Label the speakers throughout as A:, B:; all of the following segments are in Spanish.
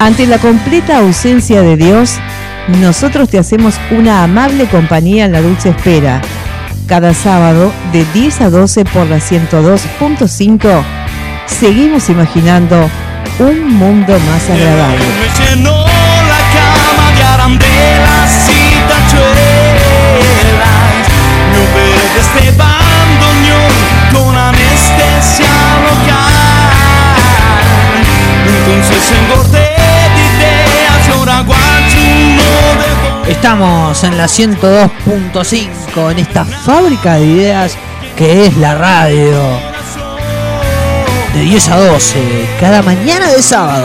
A: Ante la completa ausencia de Dios, nosotros te hacemos una amable compañía en la dulce espera. Cada sábado de 10 a 12 por la 102.5, seguimos imaginando un mundo más agradable.
B: Me llenó la cama de arandelas y tachuelas. Me operé de este bandoneón con anestesia local. Entonces engordé de ideas y ahora aguanto uno de...
C: Estamos en la 102.5, en esta fábrica de ideas que es la radio. De 10 a 12, cada mañana de sábado.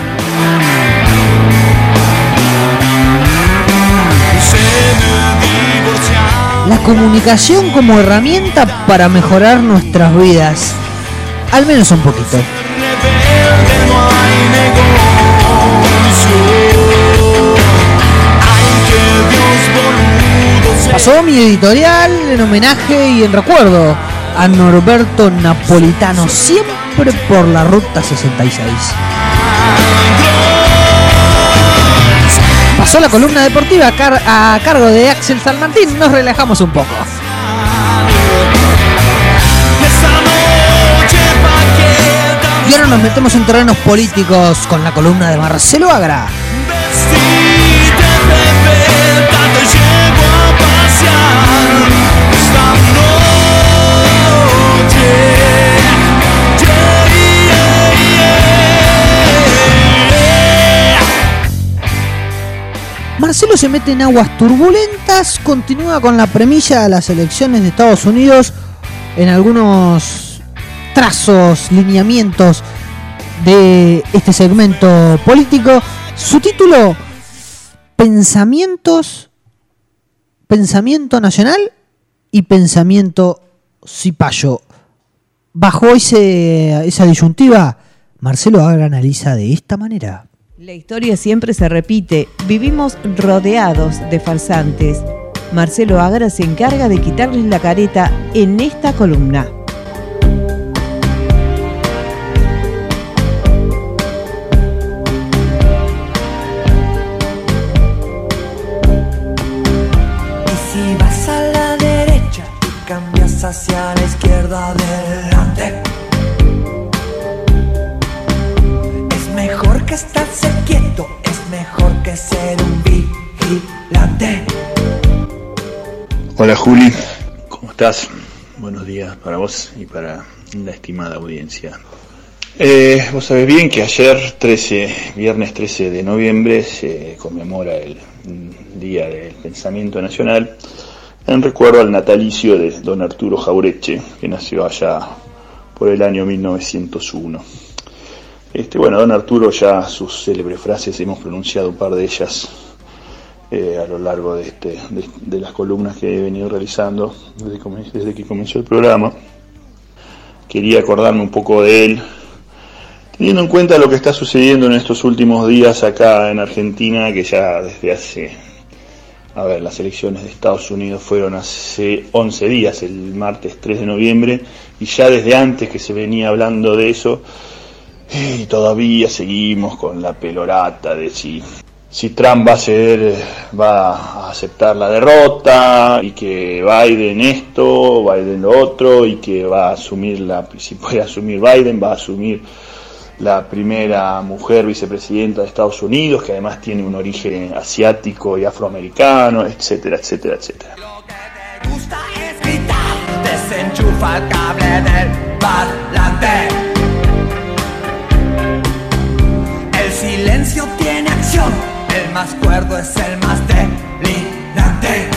C: La comunicación como herramienta para mejorar nuestras vidas, al menos un poquito. Pasó mi editorial en homenaje y en recuerdo a Norberto Napolitano, siempre por la ruta 66. Pasó la columna deportiva a cargo de Axel San Martín. Nos relajamos un poco. Y ahora nos metemos en terrenos políticos con la columna de Marcelo Agra. Marcelo se mete en aguas turbulentas, continúa con la premisa de las elecciones de Estados Unidos en algunos trazos, lineamientos de este segmento político. Su título: Pensamiento nacional y pensamiento cipayo. Bajo esa disyuntiva, Marcelo Agra analiza de esta manera.
A: La historia siempre se repite, vivimos rodeados de farsantes. Marcelo Agra se encarga de quitarles la careta en esta columna.
D: Y si vas a la derecha y cambias hacia la izquierda adelante, es mejor que estarse quieto, es mejor que ser un vigilante.
E: Hola Juli, ¿cómo estás? Buenos días para vos y para la estimada audiencia. Vos sabés bien que ayer, viernes 13 de noviembre, se conmemora el Día del Pensamiento Nacional en recuerdo al natalicio de don Arturo Jauretche, que nació allá por el año 1901. Don Arturo, ya sus célebres frases hemos pronunciado un par de ellas a lo largo de las columnas que he venido realizando desde que comenzó el programa. Quería acordarme un poco de él, teniendo en cuenta lo que está sucediendo en estos últimos días acá en Argentina, que ya desde hace... las elecciones de Estados Unidos fueron hace 11 días, el martes 3 de noviembre, y ya desde antes que se venía hablando de eso. Y todavía seguimos con la pelorata de si Trump va a aceptar la derrota, y que Biden esto, Biden lo otro, y que va a asumir si puede asumir Biden, va a asumir la primera mujer vicepresidenta de Estados Unidos, que además tiene un origen asiático y afroamericano, etcétera, etcétera, etcétera.
D: Lo que te gusta es gritar, desenchufa el cable del parlante. El silencio tiene acción, el más cuerdo es el más delirante.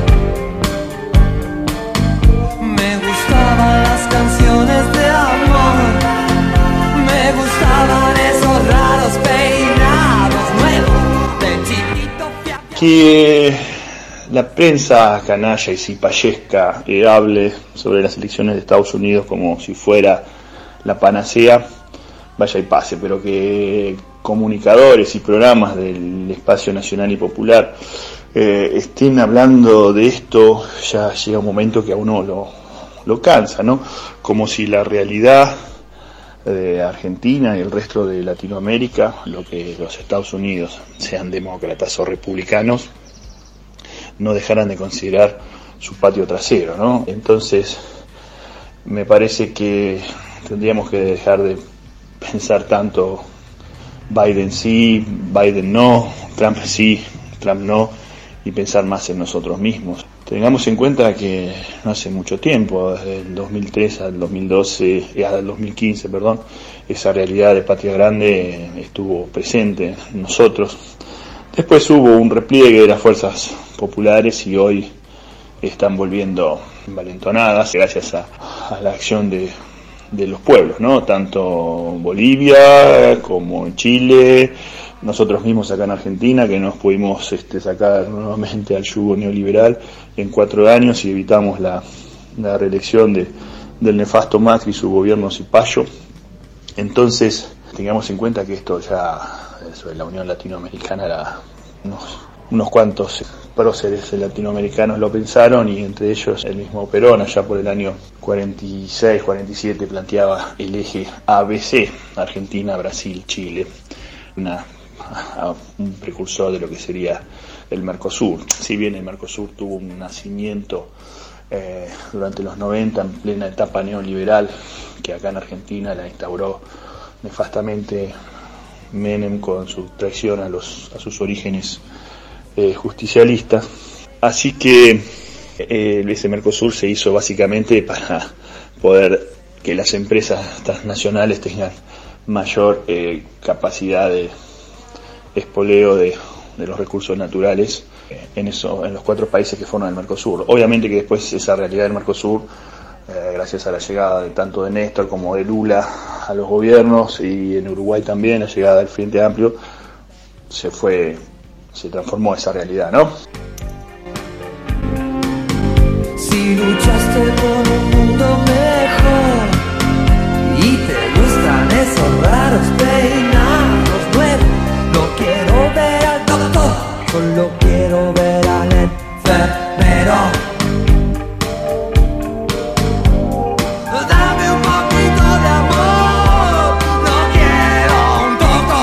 D: Me gustaban las canciones de amor, me gustaban esos raros peinados nuevos de chiquito.
E: Que la prensa canalla y cipayesca hable sobre las elecciones de Estados Unidos como si fuera la panacea, vaya y pase, pero que comunicadores y programas del espacio nacional y popular estén hablando de esto, ya llega un momento que a uno lo cansa, ¿no? Como si la realidad de Argentina y el resto de Latinoamérica, lo que los Estados Unidos, sean demócratas o republicanos, no dejaran de considerar su patio trasero, ¿no? Entonces, me parece que tendríamos que dejar de pensar tanto Biden sí, Biden no, Trump sí, Trump no, y pensar más en nosotros mismos. Tengamos en cuenta que no hace mucho tiempo, desde el 2003 al 2012, al 2015, perdón, esa realidad de Patria Grande estuvo presente en nosotros. Después hubo un repliegue de las fuerzas populares y hoy están volviendo envalentonadas gracias a la acción de los pueblos, ¿no? Tanto Bolivia como en Chile, nosotros mismos acá en Argentina, que nos pudimos sacar nuevamente al yugo neoliberal en 4 años y evitamos la reelección del nefasto Macri y su gobierno cipayo. Entonces, tengamos en cuenta que esto ya, sobre la Unión Latinoamericana, unos cuantos próceres latinoamericanos lo pensaron, y entre ellos el mismo Perón, allá por el año 46, 47, planteaba el eje ABC, Argentina, Brasil, Chile, un precursor de lo que sería el Mercosur. Si bien el Mercosur tuvo un nacimiento durante los 90 en plena etapa neoliberal, que acá en Argentina la instauró nefastamente Menem con su traición a sus orígenes justicialistas. Así que ese Mercosur se hizo básicamente para poder que las empresas transnacionales tengan mayor capacidad de espoleo de los recursos naturales en los 4 países que forman el Mercosur. Obviamente que después esa realidad del Mercosur, gracias a la llegada tanto de Néstor como de Lula a los gobiernos, y en Uruguay también la llegada del Frente Amplio, se transformó esa realidad, ¿no?
D: Si luchaste por un mundo mejor y te gustan esos raros peinados nuevos, no quiero ver al doctor, solo quiero ver al enfermero. Dame un poquito de amor, no quiero un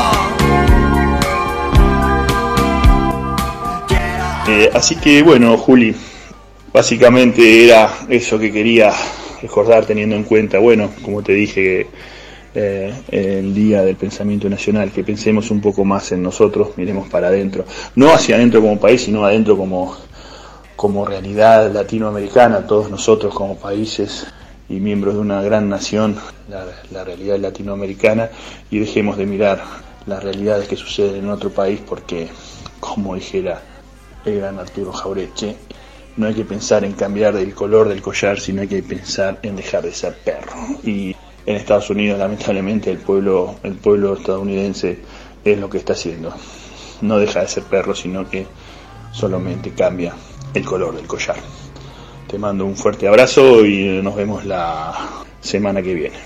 D: poco.
E: Así que bueno, Juli, básicamente era eso que quería recordar, teniendo en cuenta, bueno, como te dije, el Día del Pensamiento Nacional, que pensemos un poco más en nosotros, miremos para adentro, no hacia adentro como país, sino adentro como realidad latinoamericana, todos nosotros como países y miembros de una gran nación, la realidad latinoamericana, y dejemos de mirar las realidades que suceden en otro país, porque, como dijera el gran Arturo Jauretche, no hay que pensar en cambiar el color del collar, sino hay que pensar en dejar de ser perro. Y en Estados Unidos, lamentablemente, el pueblo estadounidense es lo que está haciendo. No deja de ser perro, sino que solamente cambia el color del collar. Te mando un fuerte abrazo y nos vemos la semana que viene.